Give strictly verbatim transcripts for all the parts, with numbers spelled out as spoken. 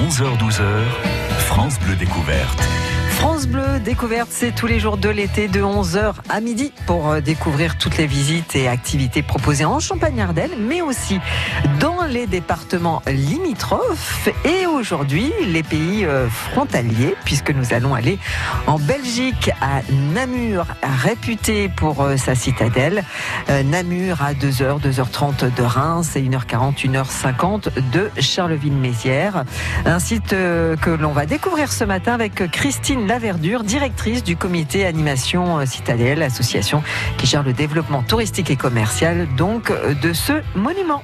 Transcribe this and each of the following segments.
onze heures douze heures, France Bleu Découverte. France Bleu Découverte, c'est tous les jours de l'été de onze heures à midi pour découvrir toutes les visites et activités proposées en Champagne-Ardenne, mais aussi dans les départements limitrophes et aujourd'hui les pays frontaliers, puisque nous allons aller en Belgique à Namur, réputé pour sa citadelle. Namur à deux heures, deux heures trente de Reims et une heure quarante, une heure cinquante de Charleville-Mézières. Un site que l'on va découvrir ce matin avec Christine Laverdure, directrice du comité Animation Citadelle, association qui gère le développement touristique et commercial donc de ce monument.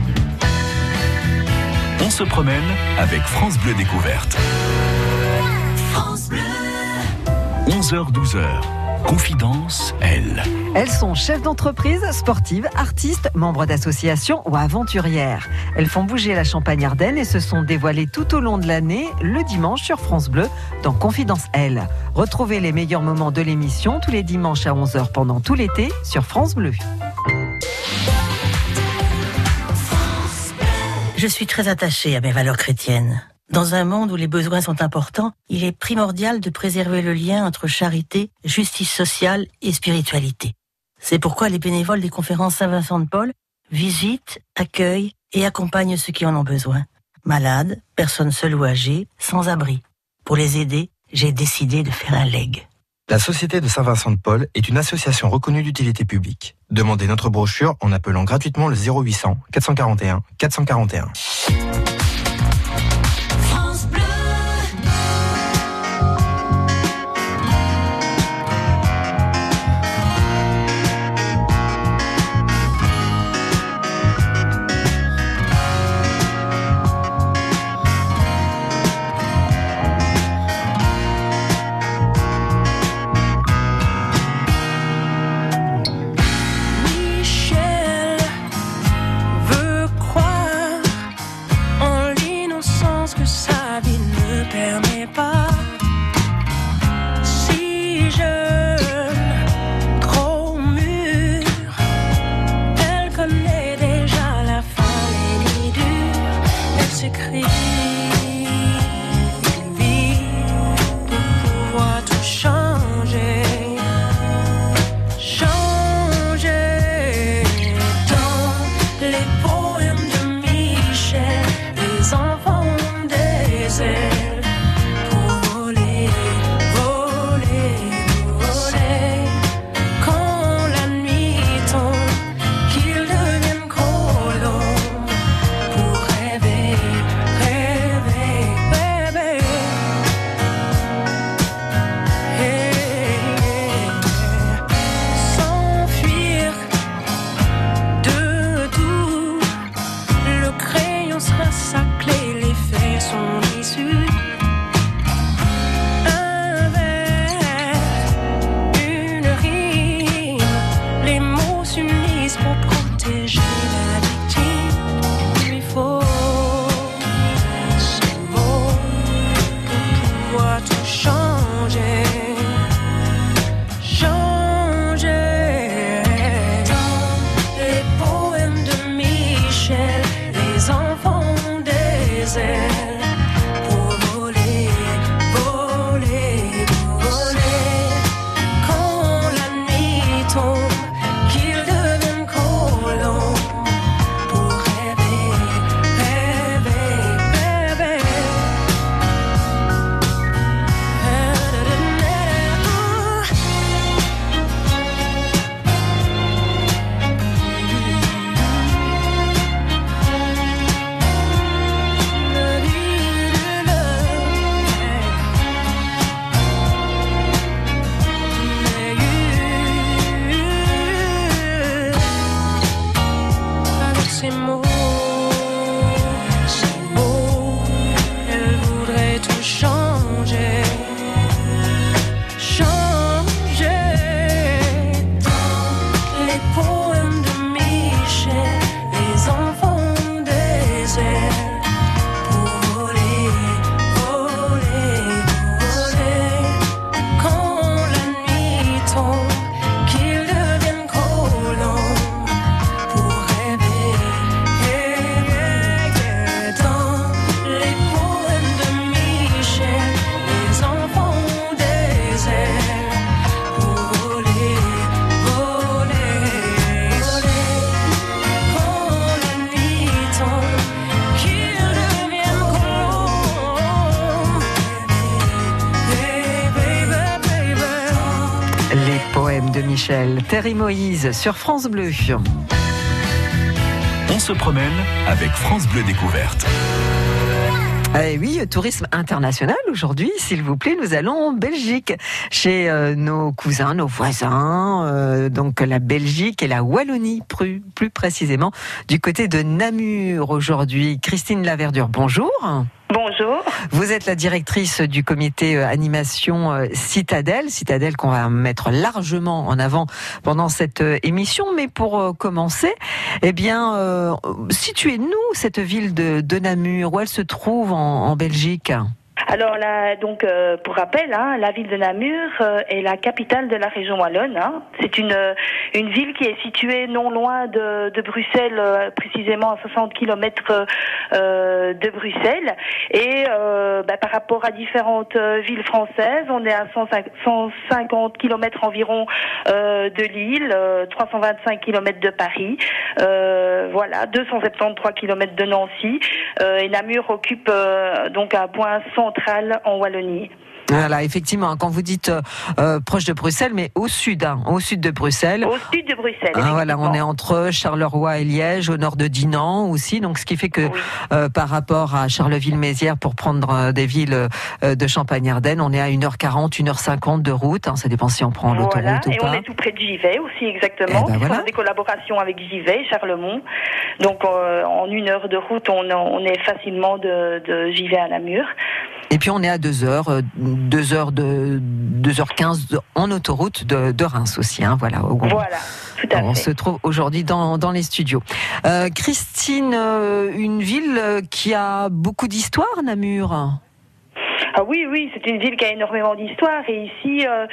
On se promène avec France Bleu Découverte. France Bleu. onze heures douze heures. Confidence, elle. Elles sont chefs d'entreprise, sportives, artistes, membres d'associations ou aventurières. Elles font bouger la Champagne-Ardenne et se sont dévoilées tout au long de l'année, le dimanche sur France Bleu, dans Confidence, elle. Retrouvez les meilleurs moments de l'émission tous les dimanches à onze heures pendant tout l'été sur France Bleu. Je suis très attachée à mes valeurs chrétiennes. Dans un monde où les besoins sont importants, il est primordial de préserver le lien entre charité, justice sociale et spiritualité. C'est pourquoi les bénévoles des conférences Saint-Vincent-de-Paul visitent, accueillent et accompagnent ceux qui en ont besoin. Malades, personnes seules ou âgées, sans abri. Pour les aider, j'ai décidé de faire un leg. La Société de Saint-Vincent-de-Paul est une association reconnue d'utilité publique. Demandez notre brochure en appelant gratuitement le zéro huit cents quatre cent quarante et un quatre cent quarante et un. Michel, Terry Moïse sur France Bleu. On se promène avec France Bleu Découverte. Eh oui, tourisme international aujourd'hui, s'il vous plaît. Nous allons en Belgique, chez euh, nos cousins, nos voisins, euh, donc la Belgique et la Wallonie, plus, plus précisément, du côté de Namur aujourd'hui. Christine Laverdure, bonjour. Bonjour. Vous êtes la directrice du comité euh, animation euh, Citadelle, Citadelle qu'on va mettre largement en avant pendant cette euh, émission. Mais pour euh, commencer, eh bien, euh, situez-nous cette ville de, de Namur, où elle se trouve en, en Belgique. Alors là, donc euh, pour rappel, hein, la ville de Namur euh, est la capitale de la région wallonne. Hein. C'est une euh, une ville qui est située non loin de, de Bruxelles, euh, précisément à soixante kilomètres euh, de Bruxelles. Et euh, bah, par rapport à différentes euh, villes françaises, on est à cent cinquante kilomètres environ euh, de Lille, euh, trois cent vingt-cinq kilomètres de Paris, euh, voilà, deux cent soixante-treize kilomètres de Nancy. Euh, et Namur occupe euh, donc un point central en Wallonie. Voilà, effectivement, quand vous dites euh, proche de Bruxelles, mais au sud, hein, au sud de Bruxelles. Au sud de Bruxelles. Ah, voilà, on est entre Charleroi et Liège, au nord de Dinan aussi, donc ce qui fait que oui. euh, par rapport à Charleville-Mézières, pour prendre euh, des villes euh, de Champagne-Ardenne, on est à une heure quarante, une heure cinquante de route, hein, ça dépend si on prend voilà, l'autoroute ou et pas. on est tout près de Givet aussi, exactement. Eh ben voilà. On a des collaborations avec Givet, Charlemont. Donc euh, en une heure de route, on, on est facilement de, de Givet à Namur. Et puis on est à deux heures, deux heures de deux heures quinze en autoroute de, de Reims aussi, hein, voilà. Où on, voilà, tout à on fait. se trouve aujourd'hui dans, dans les studios. Euh, Christine, euh, une ville qui a beaucoup d'histoire, Namur. Ah oui, oui, c'est une ville qui a énormément d'histoire. Et ici, euh,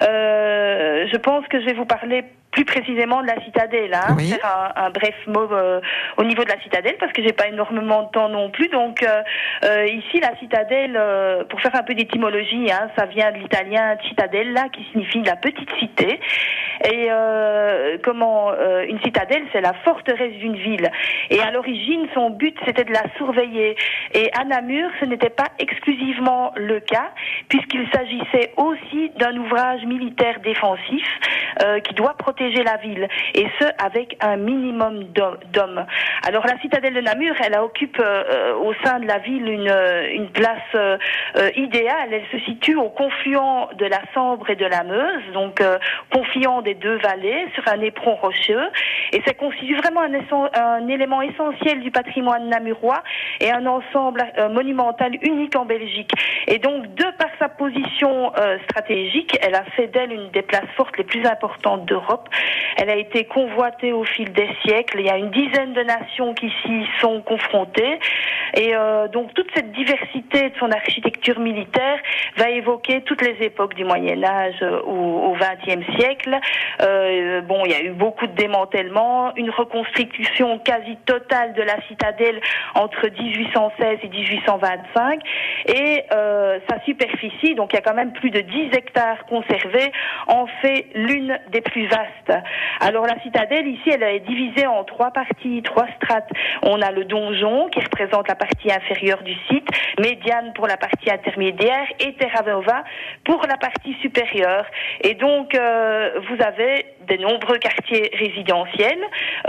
euh, je pense que je vais vous parler plus précisément de la citadelle, hein, oui. faire un, un bref mot euh, au niveau de la citadelle parce que j'ai pas énormément de temps non plus. Donc euh, euh, ici la citadelle, euh, pour faire un peu d'étymologie, hein, ça vient de l'italien citadella qui signifie la petite cité. Et euh, comment euh, une citadelle, c'est la forteresse d'une ville. Et à l'origine, son but c'était de la surveiller. Et à Namur, ce n'était pas exclusivement le cas, puisqu'il s'agissait aussi d'un ouvrage militaire défensif euh, qui doit protéger la ville, et ce avec un minimum d'hommes. Alors la citadelle de Namur, elle occupe euh, au sein de la ville une, une place euh, idéale. Elle se situe au confluent de la Sambre et de la Meuse, donc euh, confluent des deux vallées, sur un éperon rocheux, et ça constitue vraiment un, un élément essentiel du patrimoine namurois et un ensemble euh, monumental unique en Belgique. Et donc, de par sa position euh, stratégique, elle a fait d'elle une des places fortes les plus importantes d'Europe. Elle a été convoitée au fil des siècles. Il y a une dizaine de nations qui s'y sont confrontées. Et euh, donc, toute cette diversité de son architecture militaire va évoquer toutes les époques du Moyen-Âge au vingtième siècle. Euh, bon, il y a eu beaucoup de démantèlements, une reconstruction quasi totale de la citadelle entre dix-huit cent seize et dix-huit cent vingt-cinq. Et euh, sa superficie, donc il y a quand même plus de dix hectares conservés, en fait l'une des plus vastes. Alors la citadelle, ici, elle est divisée en trois parties, trois strates. On a le donjon, qui représente la partie inférieure du site, médiane pour la partie intermédiaire et terra nova pour la partie supérieure. Et donc, euh, vous avez de nombreux quartiers résidentiels,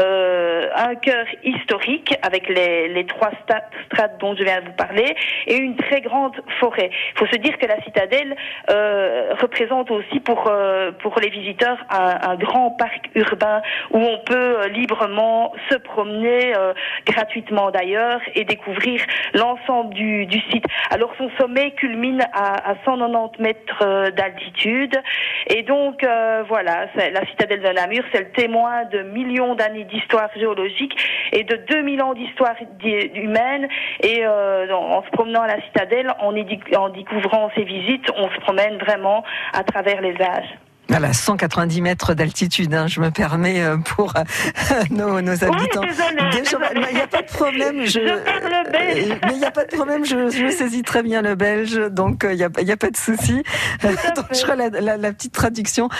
euh, un cœur historique avec les, les trois strates dont je viens de vous parler, et une très grande forêt. Il faut se dire que la citadelle euh, représente aussi pour euh, pour les visiteurs un, un grand parc urbain où on peut euh, librement se promener euh, gratuitement d'ailleurs et découvrir l'ensemble du, du site. Alors son sommet culmine à, à cent quatre-vingt-dix mètres euh, d'altitude, et donc euh, voilà, c'est, la citadelle de Namur, c'est le témoin de millions d'années d'histoire géologique et de deux mille ans d'histoire humaine. Et euh, en se promenant à la citadelle, en, édi- en découvrant ses visites, on se promène vraiment à travers les âges. Voilà, cent quatre-vingt-dix mètres d'altitude, hein, je me permets euh, pour euh, nos, nos habitants. Oui, désolé, il n'y a pas de problème. Je, je parle belge. Mais il n'y a pas de problème, je, je saisis très bien le belge, donc il n'y a, y a pas de souci. Donc je ferai la, la, la petite traduction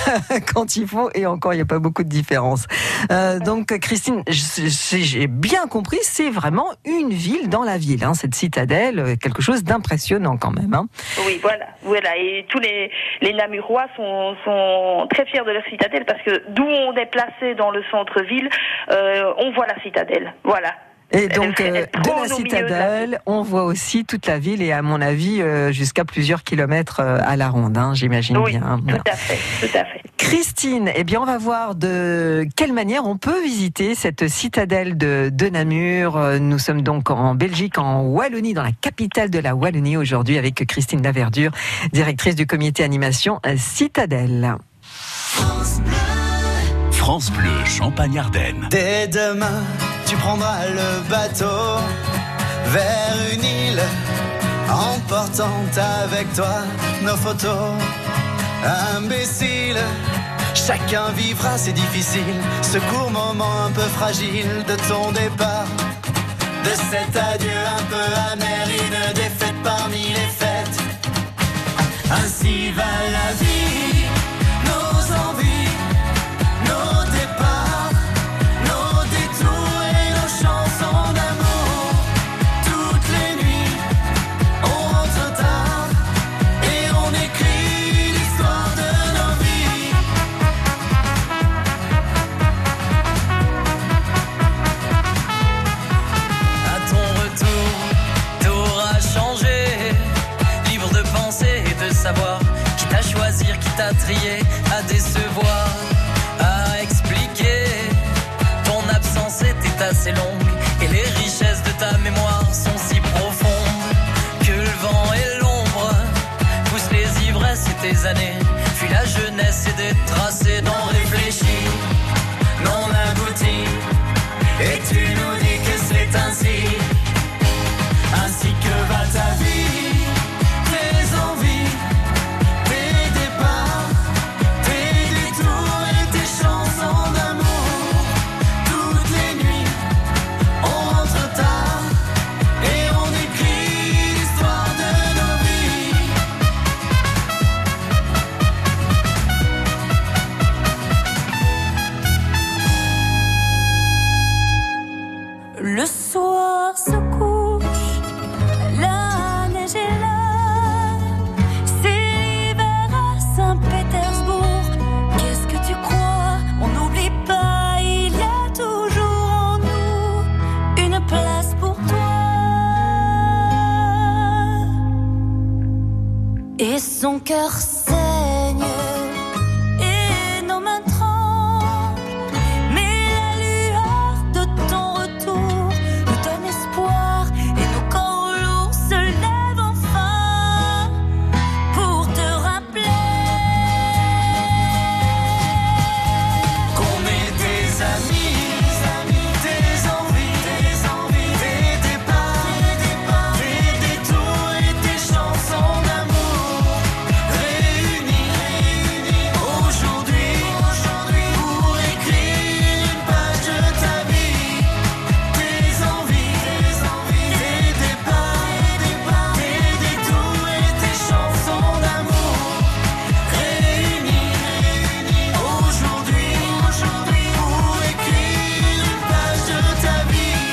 quand il faut, et encore, il n'y a pas beaucoup de différence. Euh, donc Christine, j'ai bien compris, c'est vraiment une ville dans la ville, hein, cette citadelle, quelque chose d'impressionnant quand même. Hein. Oui, voilà, voilà, et tous les, les Namurois sont sont très fiers de leur citadelle parce que d'où on est placé dans le centre-ville, euh, on voit la citadelle. Voilà. Et donc, Elle- elle euh, de trône la au milieu de la citadelle, on voit aussi toute la ville et à mon avis, euh, jusqu'à plusieurs kilomètres euh, à la ronde, hein, j'imagine Oui, bien. tout à fait, tout à fait. Christine, eh bien, on va voir de quelle manière on peut visiter cette citadelle de, de Namur. Euh, Nous sommes donc en Belgique, en Wallonie, dans la capitale de la Wallonie aujourd'hui avec Christine Laverdure, directrice du comité animation euh, Citadelle. France Bleu. France Bleu Champagne-Ardenne. Dès demain, tu prendras le bateau vers une île, emportant avec toi nos photos. Imbécile, chacun vivra, c'est difficile, ce court moment un peu fragile de ton départ, de cet adieu un peu amer, une défaite parmi les fêtes. Ainsi va la vie, nos envies, nos départs, nos détours et nos chansons d'amour. Toutes les nuits, on rentre tard et on écrit l'histoire de nos vies. À ton retour, tout aura changé. Libre de penser et de savoir qui t'a choisir, qui t'a trié, à décevoir, à expliquer. Ton absence était assez longue et les richesses de ta mémoire sont si profondes que le vent et l'ombre poussent les ivresses et tes années. Fuis la jeunesse et des tracés non réfléchis, non aboutis. Et tu nous dis que c'est ainsi, ainsi que va ta vie, tes envies, tes départs, tes détours et tes chansons d'amour. Toutes les nuits, on rentre tard et on écrit l'histoire de nos vies. Le soir se couche, la neige est là. C'est l'hiver à Saint-Pétersbourg. Qu'est-ce que tu crois? On n'oublie pas, il y a toujours en nous une place pour toi. Et son cœur saigne et nos mains tremblent. Mais la lueur de ton retour nous donne espoir et nos corps lourds se lèvent enfin pour te rappeler Qu'on est des amis, tes envies, tes envies, tes départs, tes détours et tes chansons d'amour. Réunis aujourd'hui, pour écrire une page de ta vie. Tes envies, tes départs, tes détours et tes chansons d'amour. Réunis aujourd'hui, pour écrire une page de ta vie.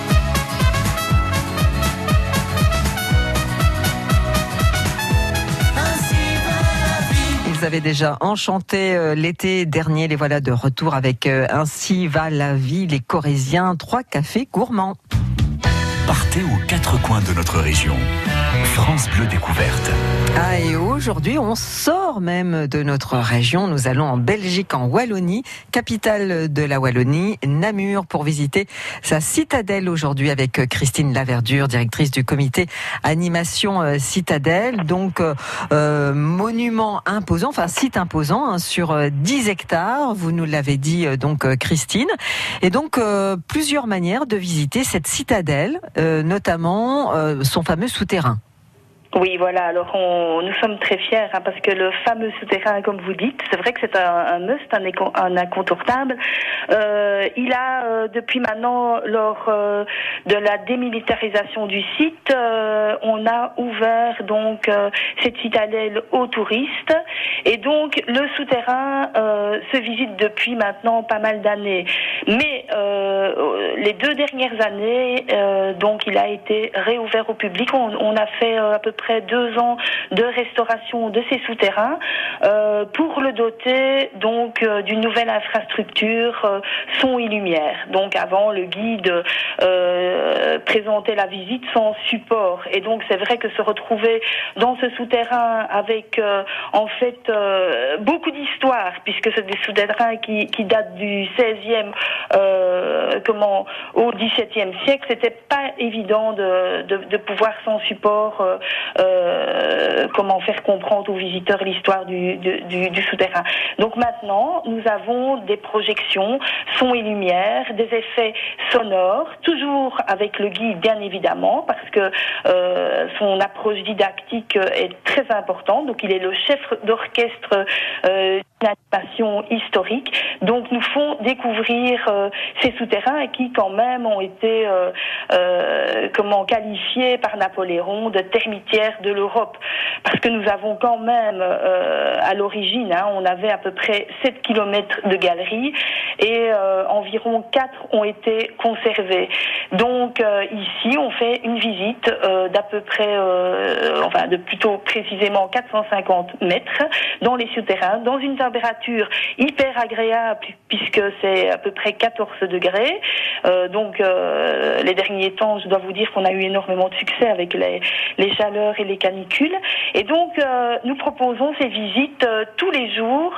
Ainsi va la vie. Ils avaient déjà enchanté euh, l'été dernier, les voilà de retour avec euh, Ainsi va la vie, les Corésiens, trois cafés gourmands. Partez aux quatre coins de notre région. France Bleu Découverte. Ah, et aujourd'hui, on sort même de notre région. Nous allons en Belgique, en Wallonie, capitale de la Wallonie, Namur, pour visiter sa citadelle aujourd'hui avec Christine Laverdure, directrice du comité animation euh, Citadelle. Donc, euh, euh, monument imposant, enfin site imposant, hein, sur euh, dix hectares. Vous nous l'avez dit, euh, donc euh, Christine. Et donc, euh, plusieurs manières de visiter cette citadelle, euh, notamment euh, son fameux souterrain. Oui, voilà. Alors, on, nous sommes très fiers hein, parce que le fameux souterrain, comme vous dites, c'est vrai que c'est un, un must, un, éco- un incontournable. Euh, il a, euh, depuis maintenant, lors euh, de la démilitarisation du site, euh, on a ouvert donc euh, cette citadelle aux touristes. Et donc, le souterrain euh, se visite depuis maintenant pas mal d'années. Mais euh, les deux dernières années, euh, donc, il a été réouvert au public. On, on a fait euh, à peu près près deux ans de restauration de ces souterrains euh, pour le doter donc euh, d'une nouvelle infrastructure euh, son et lumière. Donc avant, le guide euh, présentait la visite sans support, et donc c'est vrai que se retrouver dans ce souterrain avec euh, en fait euh, beaucoup d'histoires, puisque c'est des souterrains qui, qui datent du seizième euh, comment au dix-septième siècle, c'était pas évident de, de, de pouvoir sans support euh, euh, comment faire comprendre aux visiteurs l'histoire du, du, du, du souterrain. Donc maintenant, nous avons des projections, son et lumière, des effets sonores, toujours avec le guide bien évidemment, parce que euh, son approche didactique est très importante. Donc il est le chef d'orchestre euh, d'une animation historique. Donc nous font découvrir euh, ces souterrains qui quand même ont été euh, euh, comment qualifiés par Napoléon de termitières de l'Europe, parce que nous avons quand même euh, à l'origine, hein, on avait à peu près sept kilomètres de galeries et euh, environ quatre ont été conservés. Donc euh, ici on fait une visite euh, d'à peu près euh, enfin de plutôt précisément quatre cent cinquante mètres dans les souterrains, dans une température hyper agréable puisque c'est à peu près quatorze degrés. Euh, donc euh, les derniers temps, je dois vous dire qu'on a eu énormément de succès avec les, les chaleurs et les canicules. Et donc euh, nous proposons ces visites euh, tous les jours,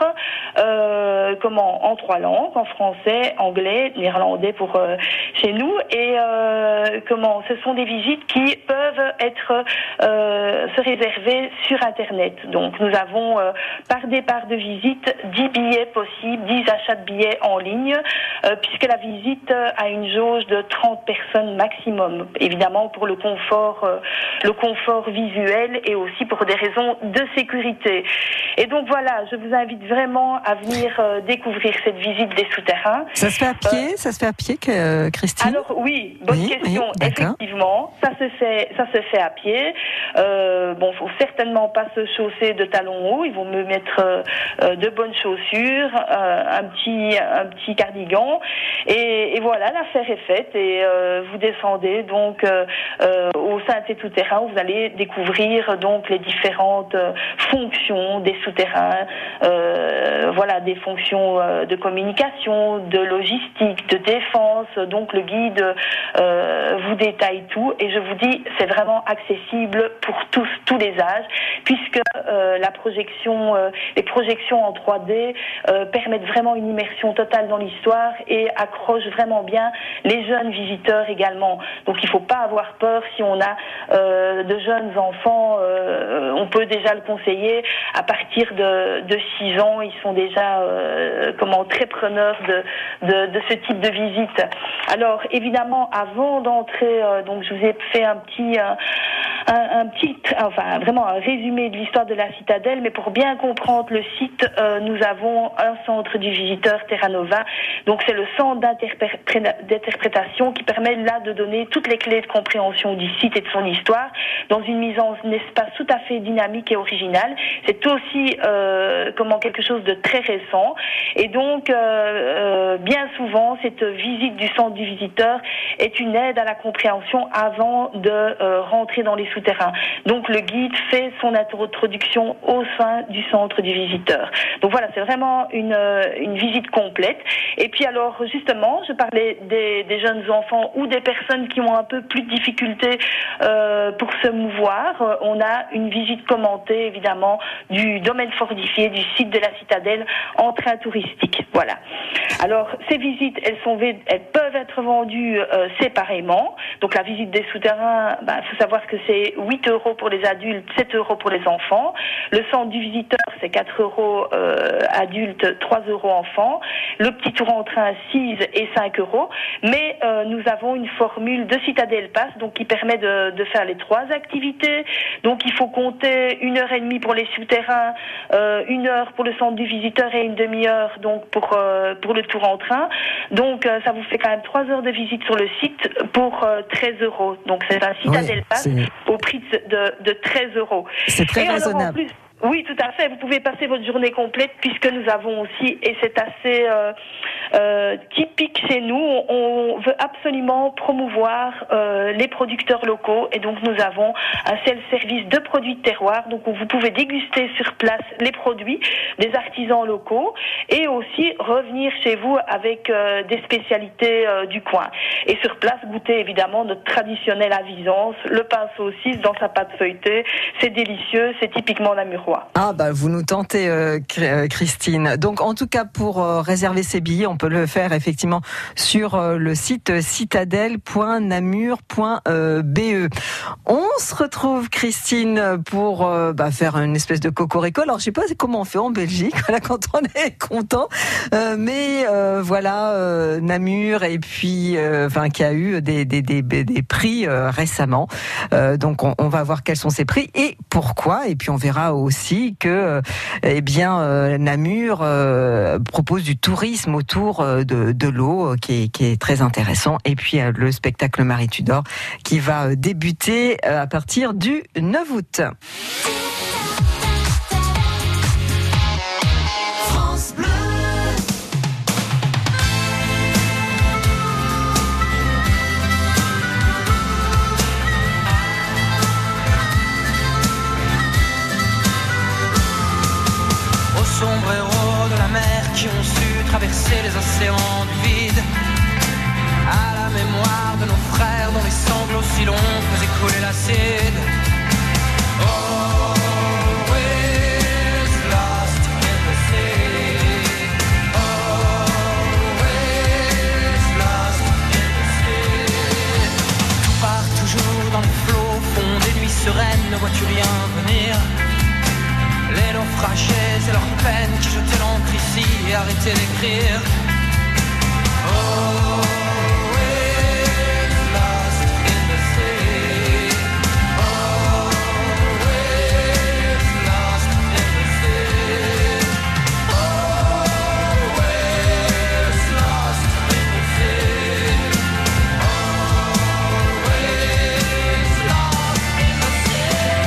euh, comment en trois langues, en français, anglais, néerlandais pour euh, chez nous. Et euh, comment ce sont des visites qui peuvent être euh, se réserver sur Internet. Donc nous avons euh, par départ de visite dix billets possibles, dix achats de billets en ligne, euh, puisque la visite a une jauge de trente personnes maximum. Évidemment pour le confort, euh, le confort visuel et aussi pour des raisons de sécurité. Et donc voilà, je vous invite vraiment à venir euh, découvrir cette visite des souterrains. Ça se fait à pied, euh, ça se fait à pied, que, Christine? Alors oui, bonne oui, question. Oui, effectivement, ça se fait, ça se fait à pied. Euh, bon, faut certainement pas se chausser de talons hauts. Il vaut mieux mettre euh, de bonnes chaussures, euh, un petit, un petit cardigan, et, et voilà, l'affaire est faite. Et euh, vous descendez donc euh, euh, au sein de ces souterrains, vous allez découvrir donc les différentes euh, fonctions des souterrains. Euh, voilà, des fonctions euh, de communication, de logistique, de défense. Donc le guide euh, vous détaille tout, et je vous dis, c'est vraiment accessible pour tous, tous les âges, puisque euh, la projection, euh, les projections en trois D euh, permettent vraiment une immersion totale dans l'histoire et accrochent vraiment bien les jeunes visiteurs également. Donc il ne faut pas avoir peur si on a euh, de jeunes enfants, euh, on peut déjà le conseiller. À partir de, de six ans, ils sont déjà euh, comment très preneurs de, de, de ce type de visite. Alors évidemment, avant d'entrer, euh, donc je vous ai fait un petit, un, un, un petit, enfin vraiment un résumé de l'histoire de la citadelle, mais pour bien comprendre le site, euh, nous avons un centre du visiteur Terra Nova. Donc c'est le centre d'interprétation qui permet là de donner toutes les clés de compréhension du site et de son histoire dans une mise en espace tout à fait dynamique et originale. C'est aussi euh, comment quelque chose de très récent, et donc euh, euh, bien souvent cette visite du centre du visiteur est une aide à la compréhension avant de euh, rentrer dans les souterrains. Donc le guide fait son introduction au sein du centre du visiteur. Donc voilà, c'est vraiment une, une visite complète. Et puis alors justement, je parlais des, des jeunes enfants ou des personnes qui ont un peu plus de difficultés euh, pour se mouvoir. On a une visite commentée évidemment du domaine fortifié du site de la citadelle en train touristique. Voilà. Alors ces visites, elles sont, elles peuvent être vendues euh, séparément. Donc la visite des souterrains, il bah, faut savoir que c'est huit euros pour les adultes, sept euros pour les enfants. Le centre du visiteur, c'est quatre euros euh, adultes, trois euros enfants. Le petit tour en train, six et cinq euros. Mais euh, nous avons une formule de Citadelle Pass, donc qui permet de, de faire les trois activités. Donc il faut compter une heure et demie pour les souterrains, euh, une heure pour le centre du visiteur et une demi-heure donc pour euh, pour le tour en train. Donc euh, ça vous fait quand même trois heures de visite sur le site pour euh, treize euros. Donc c'est un Citadelle oui, Pass au prix de, de treize euros. C'est très et raisonnable. Alors, en plus, Oui, tout à fait. Vous pouvez passer votre journée complète puisque nous avons aussi, et c'est assez euh, euh, typique chez nous, on veut absolument promouvoir euh, les producteurs locaux et donc nous avons un self-service de produits de terroir. Donc vous pouvez déguster sur place les produits des artisans locaux et aussi revenir chez vous avec euh, des spécialités euh, du coin. Et sur place, goûter évidemment notre traditionnel avisance, le pain saucisse dans sa pâte feuilletée. C'est délicieux, c'est typiquement namurois. Ah bah vous nous tentez euh, Christine. Donc en tout cas pour euh, réserver ces billets, on peut le faire effectivement sur euh, le site citadelle point namur point b e. On se retrouve Christine pour euh, bah, faire une espèce de cocorico. Alors je sais pas comment on fait en Belgique voilà, quand on est content, euh, mais euh, voilà euh, Namur et puis euh, enfin qui a eu des des des, des prix euh, récemment. Euh, donc on, on va voir quels sont ces prix et pourquoi et puis on verra aussi aussi que eh bien euh, Namur euh, propose du tourisme autour euh, de, de l'eau euh, qui, est, qui est très intéressant et puis euh, le spectacle Marie Tudor qui va euh, débuter euh, à partir du neuf août. Sombres héros de la mer qui ont su traverser les océans du vide. À la mémoire de nos frères dont les sanglots si longs faisaient couler l'acide. Always lost in the sea. Always lost in the sea. Tout part toujours dans les flots, fond des nuits sereines, ne vois-tu rien venir? Les naufragés et leurs peines qui jetaient l'encre ici et arrêtaient d'écrire. Always lost in the sea. Always lost in the sea. Always lost in the sea. Always lost in the sea.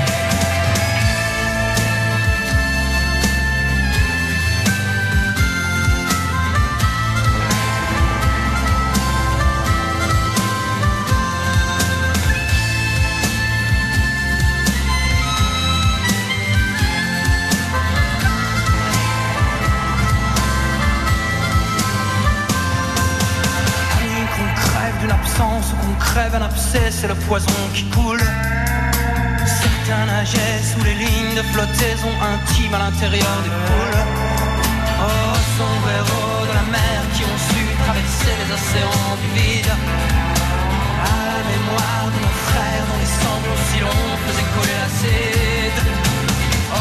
Qu'on crève un abcès, c'est le poison qui coule. Certains nageaient sous les lignes de flottaison intimes à l'intérieur des poules. Oh, sombres héros de la mer qui ont su traverser les océans du vide. À la mémoire de nos frères dont les sanglots si longs faisaient couler l'acide. Oh,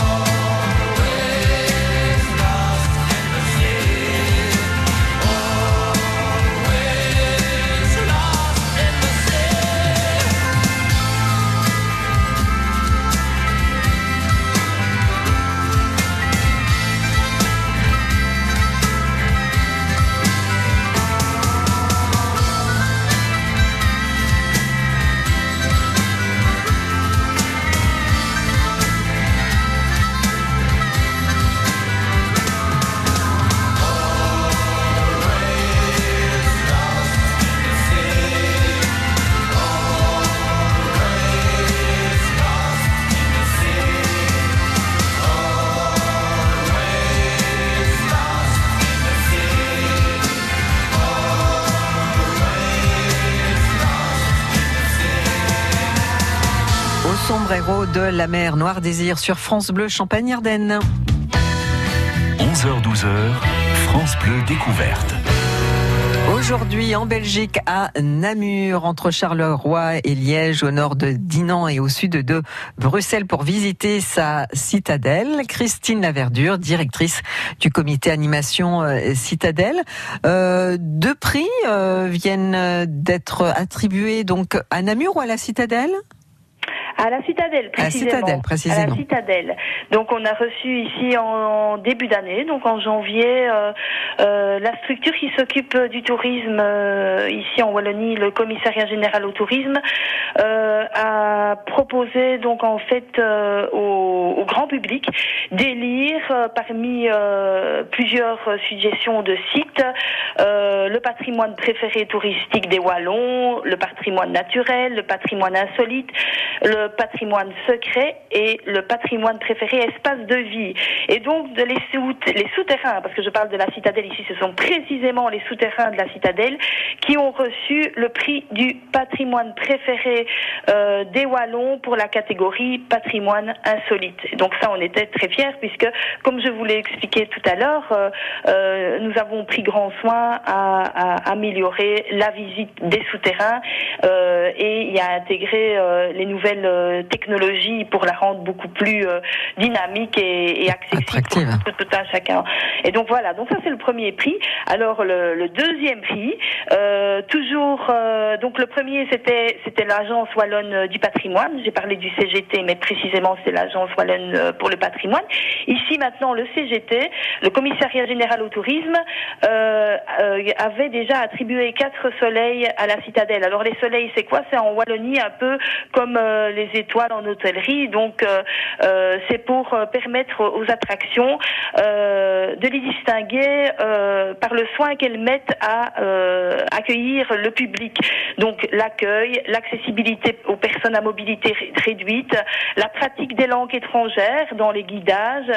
Sombrero de la mer, Noir Désir sur France Bleu Champagne-Ardenne. onze heures douze, France Bleu Découverte. Aujourd'hui en Belgique à Namur, entre Charleroi et Liège, au nord de Dinan et au sud de Bruxelles pour visiter sa citadelle. Christine Laverdure, directrice du comité animation Citadelle. Euh, deux prix euh, viennent d'être attribués donc à Namur ou à la citadelle ? À la Citadelle, précisément. À la Citadelle, précisément. À la Citadelle. Donc, on a reçu ici en début d'année, donc en janvier, euh, euh, la structure qui s'occupe du tourisme euh, ici en Wallonie, le Commissariat général au tourisme, euh, a proposé donc en fait euh, au, au grand public d'élire euh, parmi euh, plusieurs suggestions de sites euh, le patrimoine préféré touristique des Wallons, le patrimoine naturel, le patrimoine insolite, le patrimoine secret et le patrimoine préféré espace de vie. Et donc de les, sous, les souterrains, parce que je parle de la Citadelle ici, ce sont précisément les souterrains de la Citadelle qui ont reçu le prix du patrimoine préféré euh, des Wallons pour la catégorie patrimoine insolite. Et donc ça, on était très fiers puisque, comme je vous l'ai expliqué tout à l'heure, euh, euh, nous avons pris grand soin à, à améliorer la visite des souterrains euh, et y a intégré euh, les nouvelles euh, technologies pour la rendre beaucoup plus euh, dynamique et, et accessible attractive pour tout, tout un chacun. Et donc voilà, donc ça c'est le premier prix. Alors le, le deuxième prix, euh, toujours, euh, donc le premier c'était c'était l'agence wallonne du patrimoine. J'ai parlé du C G T, mais précisément c'est l'agence wallonne pour le patrimoine. Ici maintenant le C G T, le Commissariat général au tourisme, euh, euh, avait déjà attribué quatre soleils à la Citadelle. Alors les soleils c'est quoi? C'est en Wallonie un peu comme euh, les étoiles en hôtellerie. Donc euh, euh, c'est pour euh, permettre aux attractions euh, de les distinguer euh, par le soin qu'elles mettent à euh, accueillir le public. Donc l'accueil, l'accessibilité aux personnes à mobilité réduite, la pratique des langues étrangères dans les guidages,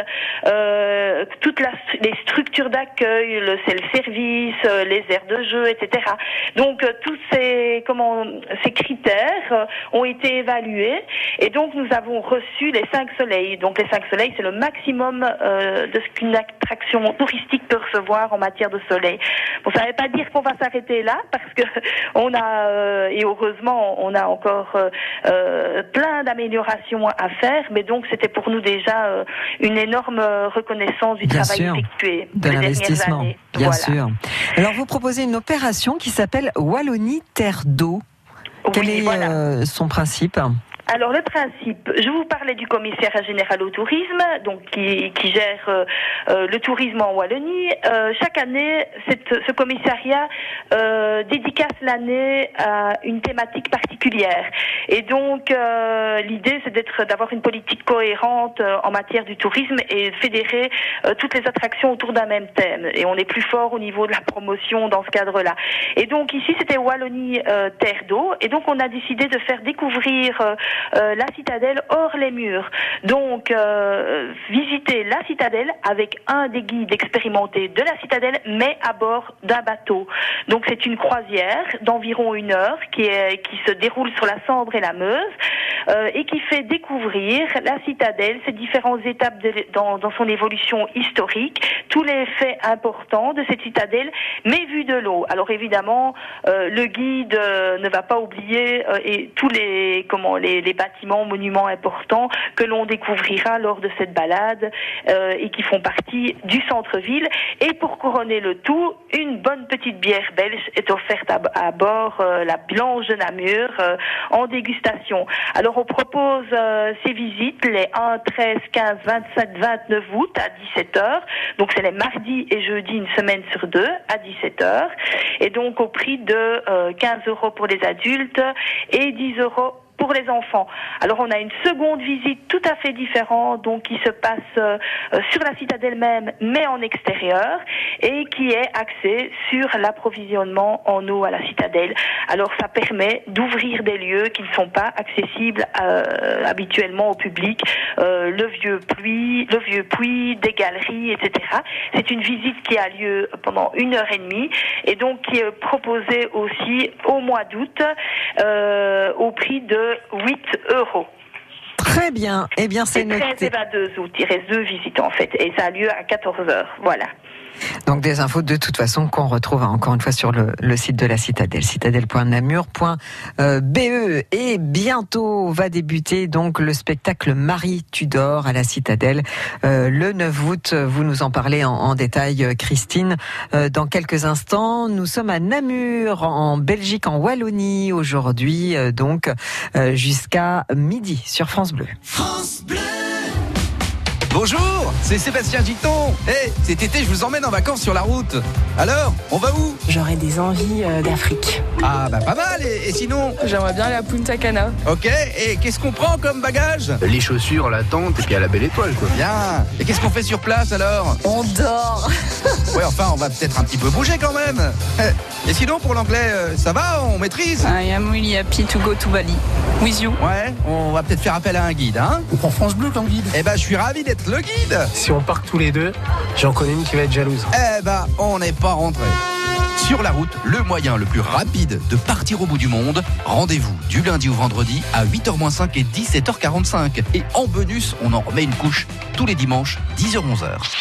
euh, toutes la, les structures d'accueil, le self-service, euh, les aires de jeu, et cetera. Donc euh, tous ces comment ces critères euh, ont été évalués et donc nous avons reçu les cinq soleils. Donc les cinq soleils, c'est le maximum euh, de ce qu'une attraction touristique peut recevoir en matière de soleil. Bon, ça ne veut pas dire qu'on va s'arrêter là parce que on a euh, et heureusement on a encore euh, euh, plein d'améliorations à faire, mais donc c'était pour nous déjà euh, une énorme reconnaissance du bien travail sûr, effectué de l'investissement. Années. Bien Voilà. sûr. Alors vous proposez une opération qui s'appelle Wallonie Terre d'eau. Quel Oui, est voilà. euh, son principe? Alors le principe, je vous parlais du Commissariat général au tourisme, donc qui, qui gère euh, euh, le tourisme en Wallonie. Euh, chaque année, cette, ce commissariat euh, dédicace l'année à une thématique particulière. Et donc euh, l'idée, c'est d'être, d'avoir une politique cohérente euh, en matière du tourisme et de fédérer euh, toutes les attractions autour d'un même thème. Et on est plus fort au niveau de la promotion dans ce cadre-là. Et donc ici, c'était Wallonie euh, Terre d'eau. Et donc on a décidé de faire découvrir euh, Euh, la Citadelle hors les murs. Donc, euh, visiter la Citadelle avec un des guides expérimentés de la Citadelle, mais à bord d'un bateau. Donc, c'est une croisière d'environ une heure qui, est, qui se déroule sur la Sambre et la Meuse euh, et qui fait découvrir la Citadelle, ses différentes étapes de, dans, dans son évolution historique, tous les faits importants de cette Citadelle, mais vu de l'eau. Alors, évidemment, euh, le guide euh, ne va pas oublier euh, et tous les comment les, les bâtiments, monuments importants que l'on découvrira lors de cette balade euh, et qui font partie du centre-ville. Et pour couronner le tout, une bonne petite bière belge est offerte à, à bord, euh, la Blanche de Namur, euh, en dégustation. Alors on propose euh, ces visites les un, treize, quinze, vingt-sept, vingt-neuf août à dix-sept heures. Donc c'est les mardis et jeudis, une semaine sur deux à dix-sept heures. Et donc au prix de euh, quinze euros pour les adultes et dix euros pour les enfants. Alors on a une seconde visite tout à fait différente, donc qui se passe euh, sur la Citadelle même, mais en extérieur, et qui est axée sur l'approvisionnement en eau à la Citadelle. Alors ça permet d'ouvrir des lieux qui ne sont pas accessibles euh, habituellement au public, euh, le vieux puits, le vieux puits, des galeries, et cetera. C'est une visite qui a lieu pendant une heure et demie, et donc qui est proposée aussi au mois d'août euh, au prix de huit euros. Très bien. Eh bien, c'est treize noté. et vingt-deux août. Il reste deux visites, en fait. Et ça a lieu à quatorze heures. Voilà. Donc des infos de toute façon qu'on retrouve encore une fois sur le, le site de la Citadelle, citadelle point namur point b e. Et bientôt va débuter donc le spectacle Marie Tudor à la Citadelle euh, le neuf août. Vous nous en parlez en, en détail, Christine. Euh, dans quelques instants, nous sommes à Namur, en Belgique, en Wallonie aujourd'hui, euh, donc euh, jusqu'à midi sur France Bleu. France Bleu. Bonjour, c'est Sébastien Giton. Eh, hey, cet été, je vous emmène en vacances sur la route. Alors, on va où? J'aurais des envies euh, d'Afrique. Ah, bah pas mal. Et, et sinon? J'aimerais bien aller à Punta Cana. Ok, et qu'est-ce qu'on prend comme bagage? Les chaussures, la tente et puis à la belle étoile, quoi. Bien. Et qu'est-ce qu'on fait sur place alors? On dort. Ouais, enfin, on va peut-être un petit peu bouger quand même. Et sinon, pour l'anglais, ça va? On maîtrise? I am really happy to go to Bali. With you. Ouais, on va peut-être faire appel à un guide, hein? On prend France Bleu comme guide. Eh ben, je suis ravi d'être le guide. Si on part tous les deux, j'en connais une qui va être jalouse. Eh ben, on n'est pas rentré. Sur la route, le moyen le plus rapide de partir au bout du monde. Rendez-vous du lundi au vendredi à huit heures moins cinq et dix-sept heures quarante-cinq. Et en bonus, on en remet une couche tous les dimanches, dix heures onze heures.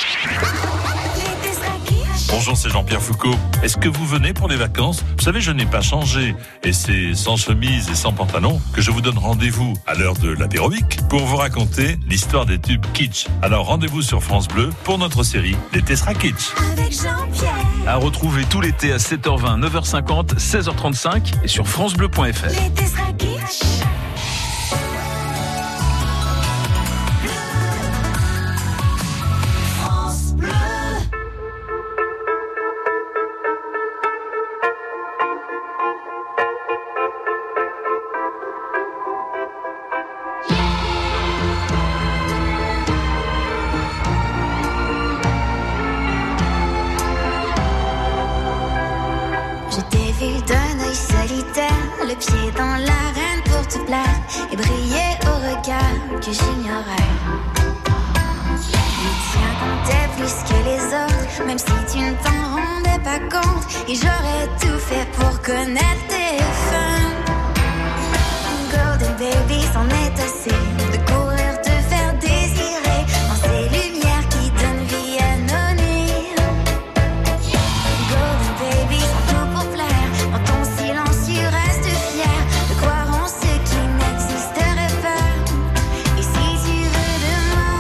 Bonjour, c'est Jean-Pierre Foucault. Est-ce que vous venez pour les vacances? Vous savez, je n'ai pas changé. Et c'est sans chemise et sans pantalon que je vous donne rendez-vous à l'heure de l'apérobic pour vous raconter l'histoire des tubes kitsch. Alors rendez-vous sur France Bleu pour notre série L'été sera kitsch. Avec Jean-Pierre. À retrouver tout l'été à sept heures vingt, neuf heures cinquante, seize heures trente-cinq et sur francebleu point f r. L'été sera kitsch. Le pied dans l'arène pour te plaire et briller au regard que j'ignorais. Le tien comptait plus que les autres, même si tu ne t'en rendais pas compte. Et j'aurais tout fait pour connaître tes fins. Golden baby, c'en est assez de courir, te faire désirer dans ces lumières qui donnent vie anonyme. Golden baby, sans tout pour plaire, dans ton silence tu restes fier de croire en ce qui n'existerait pas. Et si tu veux de moi,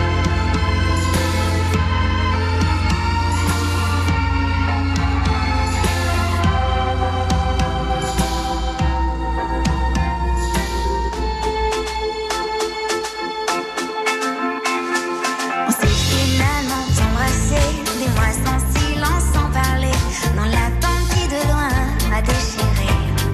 on s'est finalement embrassé, des mois sans silence, sans parler, dans l'attente qui de loin m'a déchiré.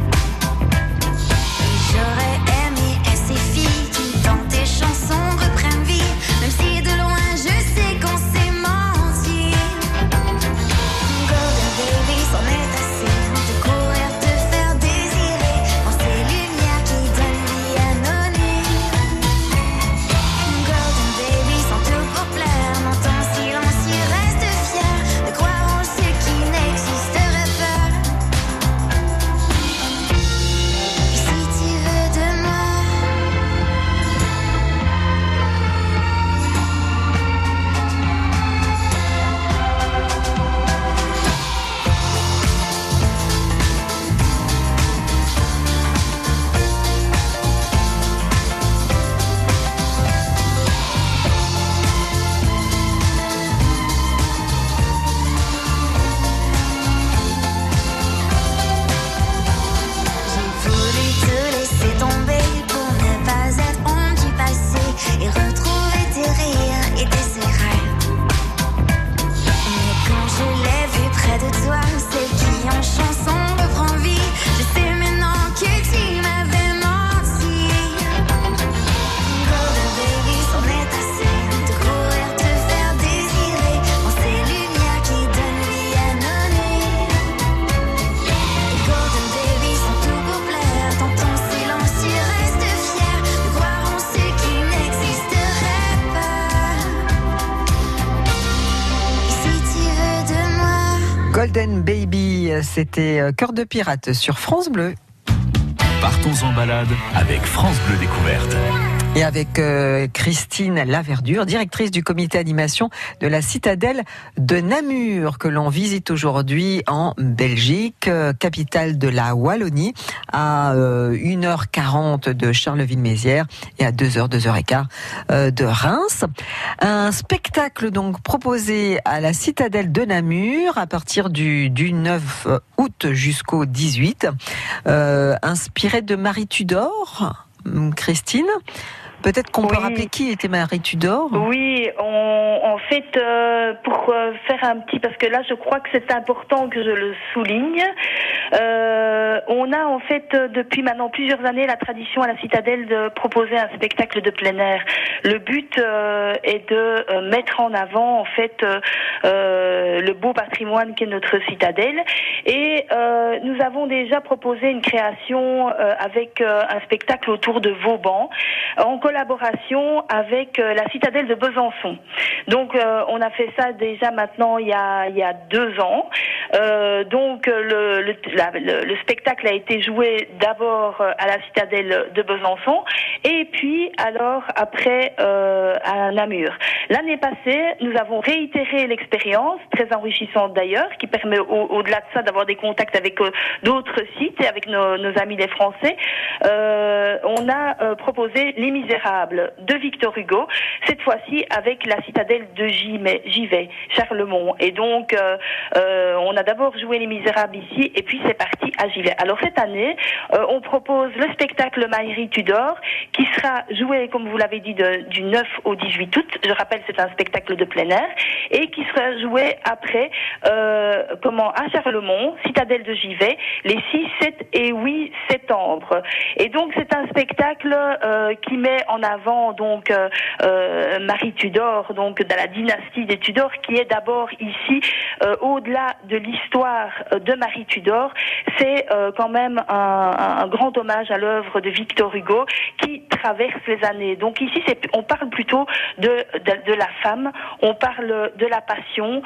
Et j'aurais aimé et ces filles qui dans tes chansons reprennent vie, même si de loin je sais qu'on s'est menti. Golden baby, c'en est assez de courir, te faire désirer dans ces lumières qui donnent vie anonyme. Golden baby, sans tout pour plaire, dans ton silence tu restes fier de croire en ce qui n'existerait pas. Et si tu veux de moi, j'ai voulu te laisser tomber pour ne pas être honte du passé et retrouver tes rires et tes secrets. Mais quand je l'ai vu près de toi, celle qui en chanson reprend vie, je sais maintenant que tu m'avais menti. Golden baby, c'en est assez de courir, te faire désirer dans ces lumières qui donnent vie anonyme. Golden baby, sans tout pour plaire, dans ton silence tu restes fier de croire en ce qui n'existerait pas. Et si tu veux de moi, Golden Baby, c'était euh, Cœur de pirate sur France Bleu. Partons en balade avec France Bleu Découverte. Et avec euh, Christine Laverdure, directrice du comité animation de la citadelle de Namur, que l'on visite aujourd'hui en Belgique, euh, capitale de la Wallonie, à euh, une heure quarante de Charleville-Mézières et à deux heures, deux heures quinze euh, de Reims. Un spectacle donc proposé à la citadelle de Namur à partir du, du neuf août jusqu'au dix-huit, euh, inspiré de Marie Tudor. Christine, peut-être qu'on peut oui. rappeler qui était Marie Tudor. Oui, on, en fait, euh, pour euh, faire un petit, parce que là, je crois que c'est important que je le souligne. Euh, on a en fait depuis maintenant plusieurs années la tradition à la citadelle de proposer un spectacle de plein air. Le but euh, est de euh, mettre en avant en fait euh, euh, le beau patrimoine qu'est notre citadelle. Et euh, nous avons déjà proposé une création euh, avec euh, un spectacle autour de Vauban, en collaboration avec euh, la citadelle de Besançon. Donc euh, on a fait ça déjà maintenant il y a, il y a deux ans. Euh, donc le, le, la, le, le spectacle a été joué d'abord à la citadelle de Besançon et puis alors après euh, à Namur. L'année passée, nous avons réitéré l'expérience, très enrichissante d'ailleurs, qui permet au, au-delà de ça d'avoir des contacts avec euh, d'autres sites et avec nos, nos amis les Français. Euh, on a euh, proposé Les Misérables de Victor Hugo, cette fois-ci avec la citadelle de Givet, Charlemont. Et donc euh, euh, on a d'abord joué Les Misérables ici et puis c'est parti à Givet. Alors cette année, euh, on propose le spectacle Marie Tudor qui sera joué, comme vous l'avez dit, de, du neuf au dix-huit août. Je rappelle, c'est un spectacle de plein air et qui sera joué après euh, comment à Charlemont, citadelle de Givet, les six, sept et huit septembre. Et donc c'est un spectacle euh, qui met en avant donc euh, euh, Marie Tudor, donc de la dynastie des Tudors, qui est d'abord ici euh, au-delà de l'histoire de Marie Tudor, c'est euh, quand même un, un grand hommage à l'œuvre de Victor Hugo qui traverse les années. Donc ici, c'est, on parle plutôt de, de, de la femme, on parle de la passion.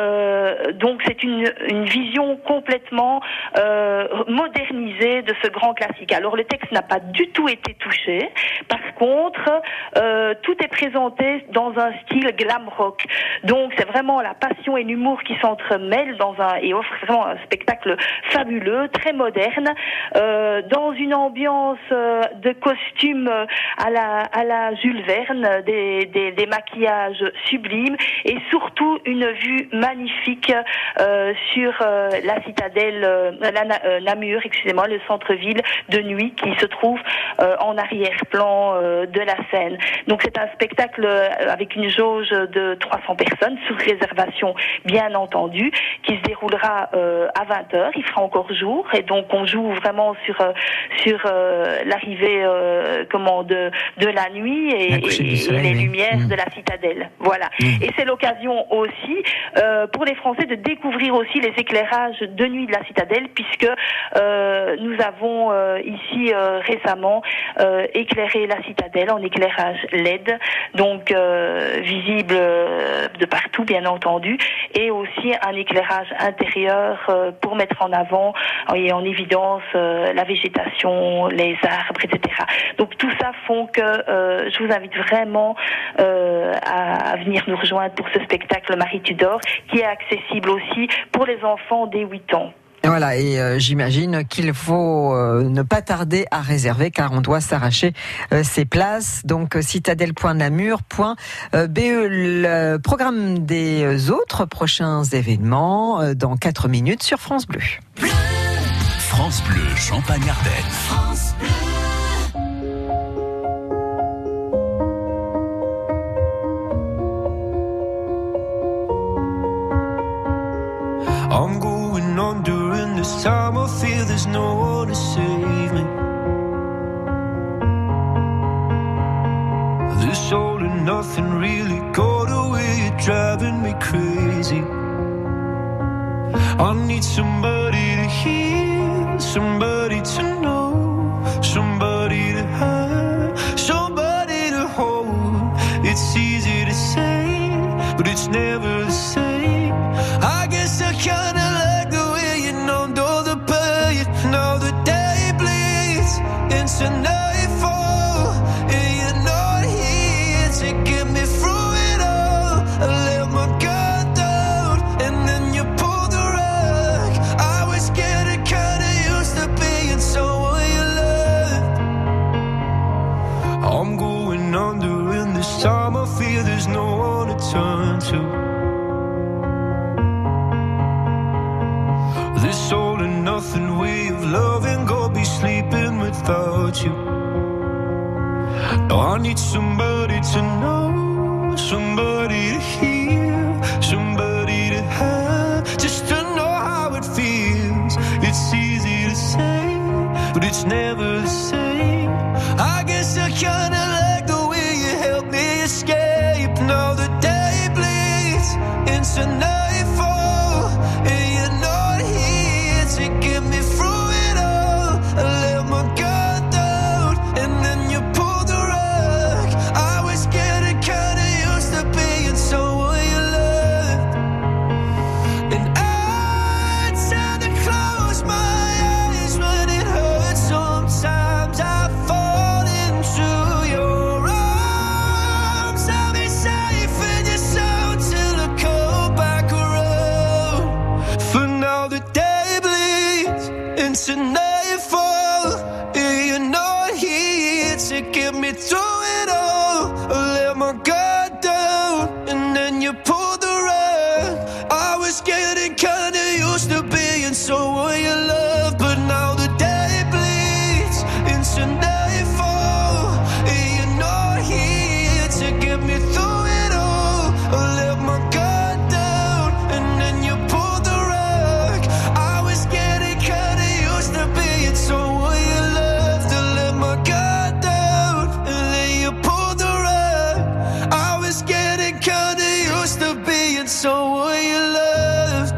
Euh, donc c'est une, une vision complètement euh, modernisée de ce grand classique. Alors le texte n'a pas du tout été touché. Par contre, euh, tout est présenté dans un style glam rock. Donc c'est vraiment la passion et l'humour qui s'entremêlent dans un et offre vraiment un spectacle fabuleux, très moderne, euh, dans une ambiance euh, de costumes à la à la Jules Verne, des, des, des maquillages sublimes et surtout une vue magnifique euh, sur euh, la citadelle, euh, la euh, Namur, excusez-moi, le centre-ville de nuit qui se trouve euh, en arrière-plan euh, de la scène. Donc c'est un spectacle avec une jauge de trois cents personnes, sous réservation bien entendu, qui se déroulera euh, à vingt heures. Il fera encore jour et donc on joue vraiment sur euh, sur euh, l'arrivée euh, comment de de la nuit et, et, soleil, et les oui. lumières mmh. de la citadelle. Voilà. Mmh. Et c'est l'occasion aussi euh, pour les Français de découvrir aussi les éclairages de nuit de la citadelle, puisque euh, nous avons euh, ici euh, récemment euh, éclairé la citadelle en éclairage L E D, donc euh, visible euh, de partout bien entendu, et aussi un éclairage intérieur euh, pour mettre en avant et en évidence euh, la végétation, les arbres, et cetera. Donc tout ça font que euh, je vous invite vraiment euh, à, à venir nous rejoindre pour ce spectacle Marie Tudor, qui est accessible aussi pour les enfants dès huit ans. Voilà, et euh, j'imagine qu'il faut euh, ne pas tarder à réserver car on doit s'arracher euh, ses places. Donc citadelle point namur point b e. Le programme des autres prochains événements euh, dans quatre minutes sur France Bleu. France Bleu, Champagne-Ardenne. France Bleu. I'm going on during this time. I feel there's no one to save me. This all and nothing really got away. You're driving me crazy. I need somebody to hear, somebody to know, somebody to have, somebody to hold. It's easy to say, but it's never the same. I guess I kinda like the way you numbed all the pain. Now the day bleeds into nightfall, and you know without you. Now I need somebody to know, somebody to hear, somebody to have, just to know how it feels. It's easy to say, but it's never the same. I guess I kinda like the way you help me escape. Now the day bleeds into nightfall, and you're not here to get me through it all. I let my guard down, and then you pulled the rug. I was getting kinda used to being someone you loved, and I tend to close my eyes when it hurts. Sometimes I fall into your arms. I'll be safe in your soul till I come back around. For now the day bleeds into nightfall, and you're not here to get me through it all. I let my guard down, and then you pulled the rug. I was getting kinda used to being someone you love, but now the day bleeds into nightfall, and you're not here to get me through it all. I let my guard down, and then you pulled the rug. I was getting kinda used to being someone you loved. I let my guard down, and then you pulled the rug. I was getting kinda used to being someone you loved.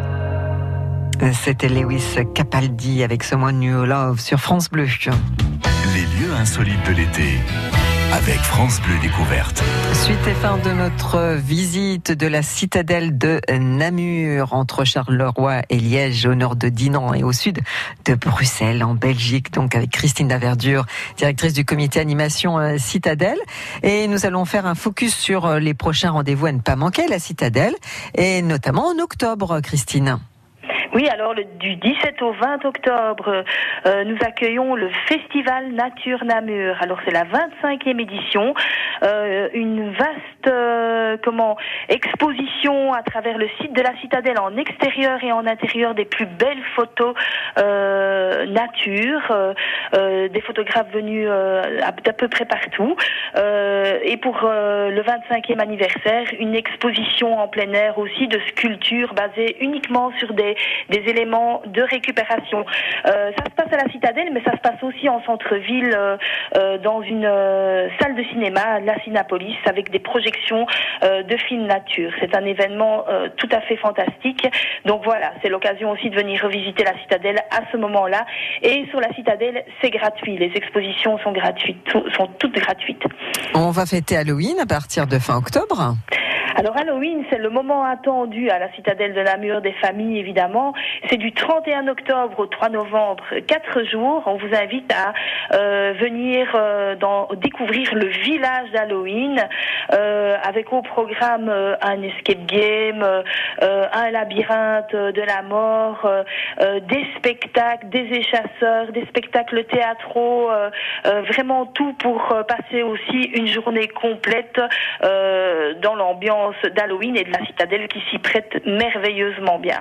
C'était Lewis Capaldi avec ce mot New Love sur France Bleu. Les lieux insolites de l'été avec France Bleu Découverte. Suite et fin de notre visite de la citadelle de Namur, entre Charleroi et Liège, au nord de Dinan et au sud de Bruxelles, en Belgique, donc avec Christine Daverdure, directrice du comité animation euh, Citadelle. Et nous allons faire un focus sur euh, les prochains rendez-vous à ne pas manquer, la Citadelle, et notamment en octobre, Christine. Oui, alors le, du dix-sept au vingt octobre, euh, nous accueillons le Festival Nature Namur. Alors c'est la vingt-cinquième édition, euh, une vaste euh, comment exposition à travers le site de la Citadelle en extérieur et en intérieur des plus belles photos euh, nature, euh, euh, des photographes venus euh, d'à peu près partout. Euh, et pour euh, le vingt-cinquième anniversaire, une exposition en plein air aussi de sculptures basées uniquement sur des des éléments de récupération. Euh, ça se passe à la Citadelle, mais ça se passe aussi en centre-ville, euh, euh, dans une euh, salle de cinéma, la Cinépolis, avec des projections euh, de films nature. C'est un événement euh, tout à fait fantastique. Donc voilà, c'est l'occasion aussi de venir revisiter la Citadelle à ce moment-là. Et sur la Citadelle, c'est gratuit. Les expositions sont gratuites, sont toutes gratuites. On va fêter Halloween à partir de fin octobre. Alors Halloween, c'est le moment attendu à la Citadelle de Namur des familles, évidemment. C'est du trente et un octobre au trois novembre, quatre jours. On vous invite à euh, venir euh, dans, découvrir le village d'Halloween, euh, avec au programme euh, un escape game, euh, un labyrinthe de la mort, euh, euh, des spectacles, des échasseurs, des spectacles théâtraux, euh, euh, vraiment tout pour euh, passer aussi une journée complète euh, dans l'ambiance d'Halloween et de la Citadelle qui s'y prête merveilleusement bien.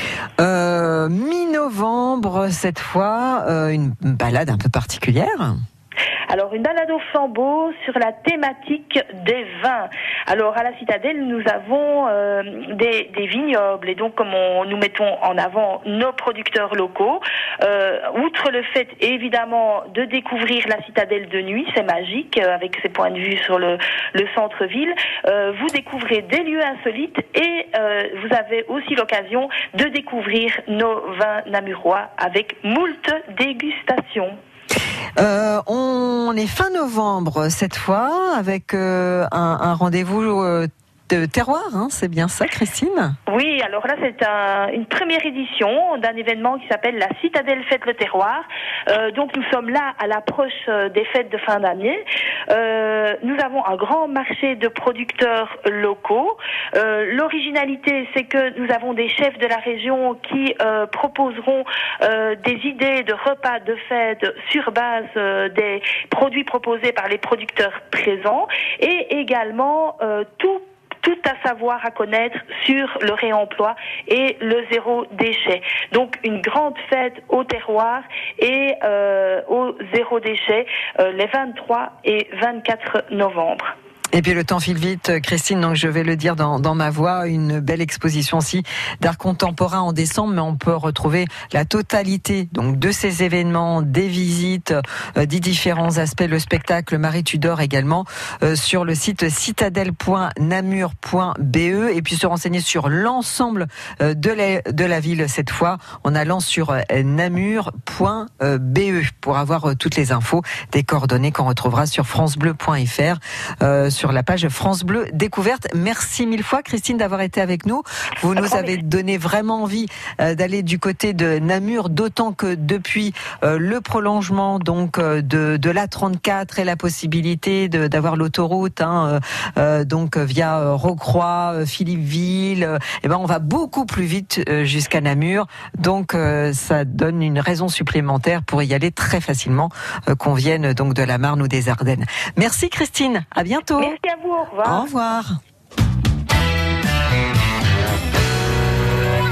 Euh, mi-novembre, cette fois, euh, une balade un peu particulière. Alors, une balade au flambeau sur la thématique des vins. Alors, à la Citadelle, nous avons euh, des, des vignobles et donc, comme on, nous mettons en avant nos producteurs locaux, euh, outre le fait, évidemment, de découvrir la Citadelle de nuit, c'est magique, euh, avec ses points de vue sur le, le centre-ville, euh, vous découvrez des lieux insolites et euh, vous avez aussi l'occasion de découvrir nos vins namurois avec moult dégustations. Euh, on est fin novembre cette fois avec euh, un, un rendez-vous euh, de terroir, hein, c'est bien ça, Christine ? Oui, alors là c'est un, une première édition d'un événement qui s'appelle la Citadelle Fête le Terroir. Euh, donc nous sommes là à l'approche des fêtes de fin d'année. Euh, nous avons un grand marché de producteurs locaux. Euh, l'originalité, c'est que nous avons des chefs de la région qui euh, proposeront euh, des idées de repas de fête sur base euh, des produits proposés par les producteurs présents et également euh, tout tout à savoir, à connaître sur le réemploi et le zéro déchet. Donc une grande fête au terroir et euh, au zéro déchet euh, les vingt-trois et vingt-quatre novembre. Et puis le temps file vite, Christine, donc je vais le dire dans, dans ma voix, une belle exposition aussi d'art contemporain en décembre, mais on peut retrouver la totalité donc de ces événements, des visites, euh, des différents aspects, le spectacle Marie Tudor également, euh, sur le site citadelle point namur point b e, et puis se renseigner sur l'ensemble euh, de, la, de la ville cette fois, en allant sur euh, namur point b e pour avoir euh, toutes les infos, des coordonnées qu'on retrouvera sur francebleu point f r, euh, sur la page France Bleu Découverte. Merci mille fois, Christine, d'avoir été avec nous. Vous nous avez donné vraiment envie euh, d'aller du côté de Namur, d'autant que depuis euh, le prolongement donc euh, de, de l'A trente-quatre et la possibilité de, d'avoir l'autoroute hein, euh, donc via euh, Rocroi, euh, Philippeville, euh, et ben on va beaucoup plus vite euh, jusqu'à Namur. Donc euh, ça donne une raison supplémentaire pour y aller très facilement, euh, qu'on vienne donc de la Marne ou des Ardennes. Merci Christine, à bientôt. Merci à vous, au revoir. Au revoir.